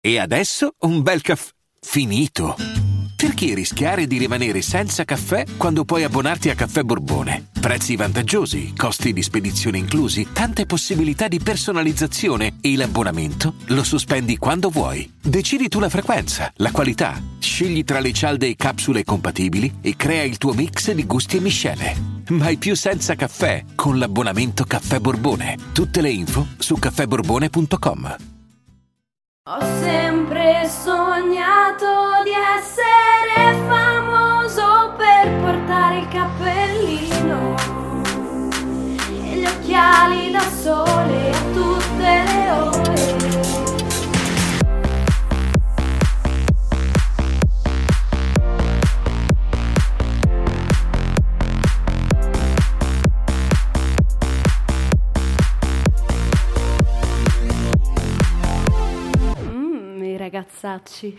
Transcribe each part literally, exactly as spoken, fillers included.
E adesso un bel caffè finito. Perché rischiare di rimanere senza caffè quando puoi abbonarti a Caffè Borbone? Prezzi vantaggiosi, costi di spedizione inclusi, tante possibilità di personalizzazione e l'abbonamento lo sospendi quando vuoi. Decidi tu la frequenza, la qualità, scegli tra le cialde e capsule compatibili e crea il tuo mix di gusti e miscele. Mai più senza caffè con l'abbonamento Caffè Borbone. Tutte le info su caffè borbone punto com. Ho sempre sognato di essere famoso per portare il cappellino e gli occhiali da sole a tutte le ore. Ragazzacci.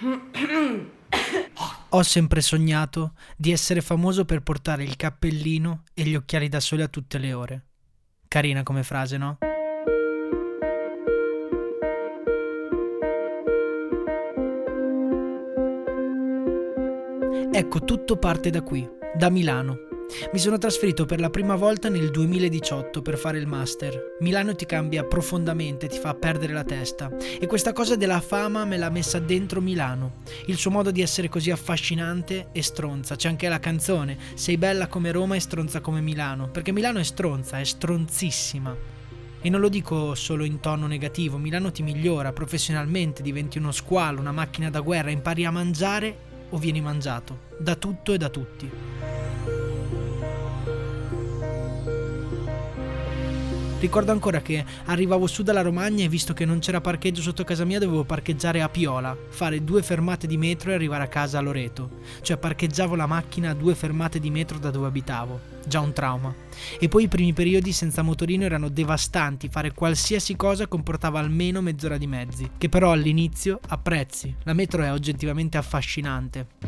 Ho sempre sognato di essere famoso per portare il cappellino e gli occhiali da sole a tutte le ore. Carina come frase, no? Ecco, tutto parte da qui, da Milano. Mi sono trasferito per la prima volta nel duemiladiciotto per fare il master. Milano ti cambia profondamente, ti fa perdere la testa. E questa cosa della fama me l'ha messa dentro Milano. Il suo modo di essere così affascinante e stronza. C'è anche la canzone: sei bella come Roma e stronza come Milano. Perché Milano è stronza, è stronzissima. E non lo dico solo in tono negativo. Milano ti migliora professionalmente, diventi uno squalo, una macchina da guerra, impari a mangiare o vieni mangiato. Da tutto e da tutti. Ricordo ancora che arrivavo su dalla Romagna e visto che non c'era parcheggio sotto casa mia dovevo parcheggiare a Piola, fare due fermate di metro e arrivare a casa a Loreto. Cioè parcheggiavo la macchina a due fermate di metro da dove abitavo. Già un trauma. E poi i primi periodi senza motorino erano devastanti, fare qualsiasi cosa comportava almeno mezz'ora di mezzi, che però all'inizio apprezzi. La metro è oggettivamente affascinante.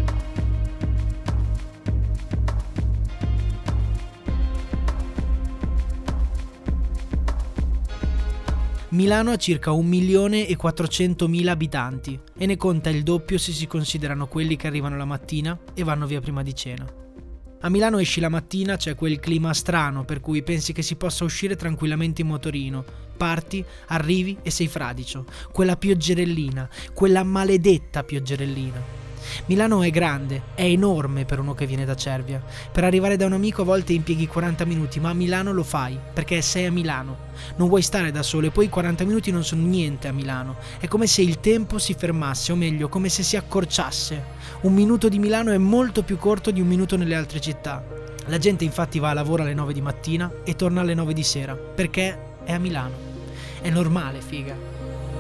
Milano ha circa un milione e quattrocentomila abitanti e ne conta il doppio se si considerano quelli che arrivano la mattina e vanno via prima di cena. A Milano esci la mattina, c'è quel clima strano per cui pensi che si possa uscire tranquillamente in motorino. Parti, arrivi e sei fradicio. Quella pioggerellina, quella maledetta pioggerellina. Milano è grande, è enorme per uno che viene da Cervia. Per arrivare da un amico a volte impieghi quaranta minuti, ma a Milano lo fai, perché sei a Milano. Non vuoi stare da solo e poi quaranta minuti non sono niente a Milano. È come se il tempo si fermasse, o meglio, come se si accorciasse. Un minuto di Milano è molto più corto di un minuto nelle altre città. La gente infatti va a lavoro alle nove di mattina e torna alle nove di sera, perché è a Milano. È normale, figa.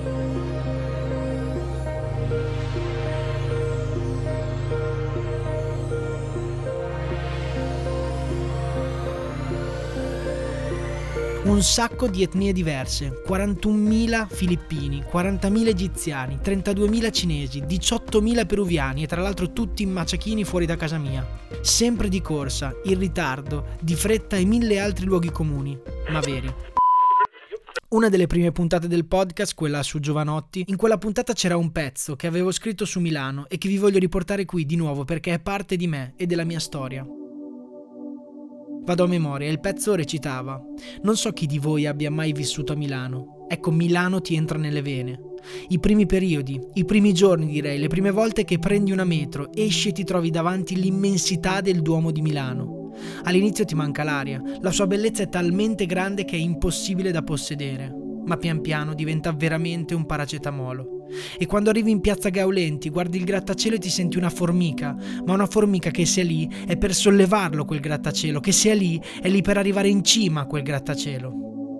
Un sacco di etnie diverse, quarantunomila filippini, quarantamila egiziani, trentaduemila cinesi, diciottomila peruviani e tra l'altro tutti in maciachini fuori da casa mia. Sempre di corsa, in ritardo, di fretta e mille altri luoghi comuni, ma veri. Una delle prime puntate del podcast, quella su Giovanotti, in quella puntata c'era un pezzo che avevo scritto su Milano e che vi voglio riportare qui di nuovo perché è parte di me e della mia storia. Vado a memoria, il pezzo recitava: non so chi di voi abbia mai vissuto a Milano. Ecco, Milano ti entra nelle vene. I primi periodi, i primi giorni direi, le prime volte che prendi una metro, esci e ti trovi davanti l'immensità del Duomo di Milano. All'inizio ti manca l'aria, la sua bellezza è talmente grande che è impossibile da possedere, ma pian piano diventa veramente un paracetamolo. E quando arrivi in piazza Gaulenti, guardi il grattacielo e ti senti una formica, ma una formica che se è lì è per sollevarlo quel grattacielo, che se è lì è lì per arrivare in cima a quel grattacielo.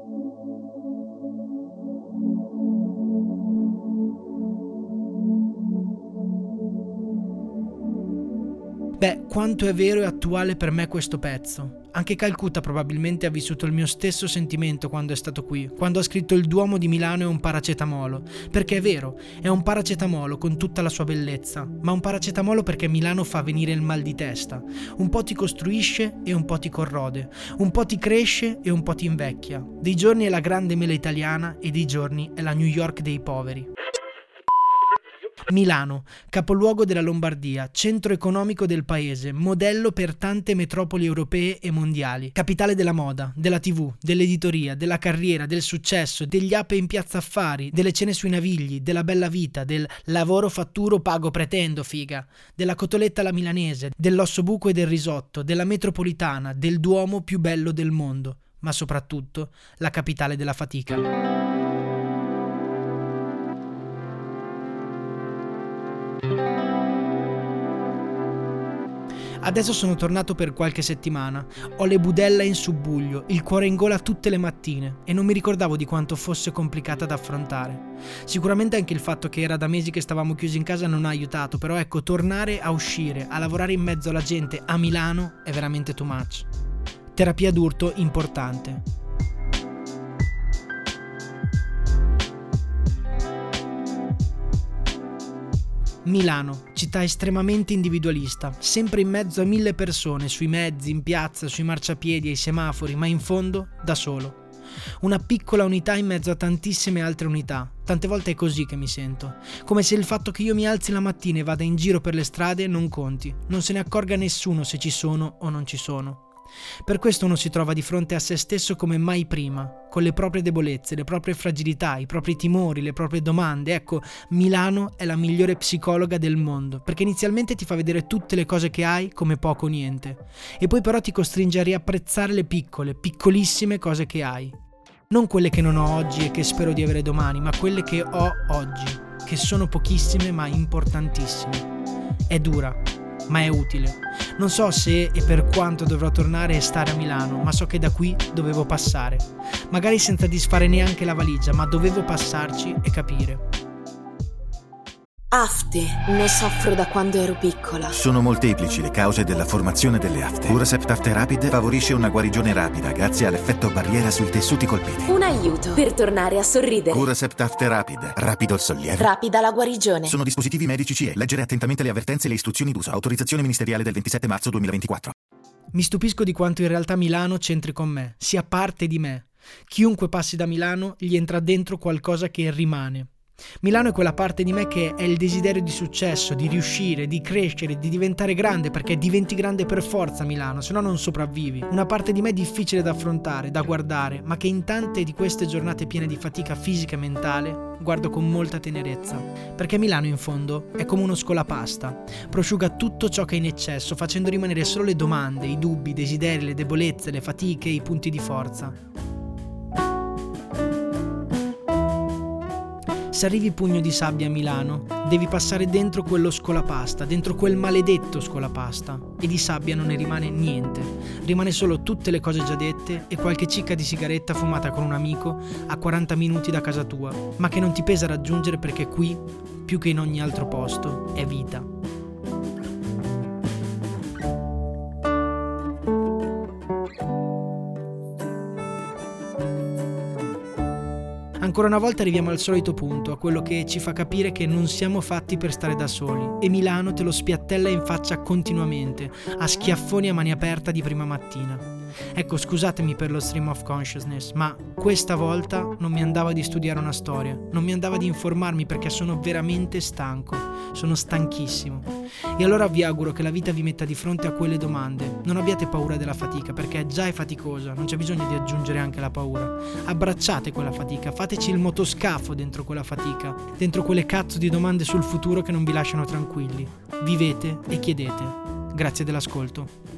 Beh, quanto è vero e attuale per me questo pezzo. Anche Calcutta probabilmente ha vissuto il mio stesso sentimento quando è stato qui, quando ha scritto il Duomo di Milano è un paracetamolo. Perché è vero, è un paracetamolo con tutta la sua bellezza, ma un paracetamolo perché Milano fa venire il mal di testa. Un po' ti costruisce e un po' ti corrode, un po' ti cresce e un po' ti invecchia. Dei giorni è la grande mela italiana e dei giorni è la New York dei poveri. Milano, capoluogo della Lombardia, centro economico del paese, modello per tante metropoli europee e mondiali, capitale della moda, della tivù, dell'editoria, della carriera, del successo, degli ape in piazza affari, delle cene sui Navigli, della bella vita, del lavoro fatturo pago pretendo figa, della cotoletta alla milanese, dell'ossobuco e del risotto, della metropolitana, del Duomo più bello del mondo, ma soprattutto la capitale della fatica. Adesso sono tornato per qualche settimana, ho le budella in subbuglio, il cuore in gola tutte le mattine e non mi ricordavo di quanto fosse complicata da affrontare. Sicuramente anche il fatto che era da mesi che stavamo chiusi in casa non ha aiutato, però ecco, tornare a uscire, a lavorare in mezzo alla gente a Milano è veramente too much. Terapia d'urto importante. Milano, città estremamente individualista, sempre in mezzo a mille persone, sui mezzi, in piazza, sui marciapiedi, ai semafori, ma in fondo da solo. Una piccola unità in mezzo a tantissime altre unità. Tante volte è così che mi sento. Come se il fatto che io mi alzi la mattina e vada in giro per le strade non conti. Non se ne accorga nessuno se ci sono o non ci sono. Per questo uno si trova di fronte a se stesso come mai prima, con le proprie debolezze, le proprie fragilità, i propri timori, le proprie domande. Ecco, Milano è la migliore psicologa del mondo, perché inizialmente ti fa vedere tutte le cose che hai come poco o niente, e poi però ti costringe a riapprezzare le piccole, piccolissime cose che hai. Non quelle che non ho oggi e che spero di avere domani, ma quelle che ho oggi, che sono pochissime ma importantissime. È dura, ma è utile. Non so se e per quanto dovrò tornare e stare a Milano, ma so che da qui dovevo passare. Magari senza disfare neanche la valigia, ma dovevo passarci e capire. Afte. Ne soffro da quando ero piccola. Sono molteplici le cause della formazione delle afte. Curacept Afte Rapid favorisce una guarigione rapida grazie all'effetto barriera sui tessuti colpiti. Un aiuto per tornare a sorridere. Curacept Afte Rapid. Rapido il sollievo. Rapida la guarigione. Sono dispositivi medici C E. Leggere attentamente le avvertenze e le istruzioni d'uso. Autorizzazione ministeriale del ventisette marzo duemilaventiquattro. Mi stupisco di quanto in realtà Milano c'entri con me, sia parte di me. Chiunque passi da Milano gli entra dentro qualcosa che rimane. Milano è quella parte di me che è il desiderio di successo, di riuscire, di crescere, di diventare grande, perché diventi grande per forza a Milano, se no non sopravvivi. Una parte di me difficile da affrontare, da guardare, ma che in tante di queste giornate piene di fatica fisica e mentale guardo con molta tenerezza. Perché Milano in fondo è come uno scolapasta, prosciuga tutto ciò che è in eccesso, facendo rimanere solo le domande, i dubbi, i desideri, le debolezze, le fatiche e i punti di forza. Se arrivi pugno di sabbia a Milano, devi passare dentro quello scolapasta, dentro quel maledetto scolapasta, e di sabbia non ne rimane niente. Rimane solo tutte le cose già dette e qualche cicca di sigaretta fumata con un amico a quaranta minuti da casa tua, ma che non ti pesa raggiungere perché qui, più che in ogni altro posto, è vita. Ancora una volta arriviamo al solito punto, a quello che ci fa capire che non siamo fatti per stare da soli, e Milano te lo spiattella in faccia continuamente, a schiaffoni a mani aperta di prima mattina. Ecco, scusatemi per lo stream of consciousness, ma questa volta non mi andava di studiare una storia, non mi andava di informarmi perché sono veramente stanco, sono stanchissimo. E allora vi auguro che la vita vi metta di fronte a quelle domande. Non abbiate paura della fatica, perché già è faticosa, non c'è bisogno di aggiungere anche la paura. Abbracciate quella fatica, fateci il motoscafo dentro quella fatica, dentro quelle cazzo di domande sul futuro che non vi lasciano tranquilli. Vivete e chiedete. Grazie dell'ascolto.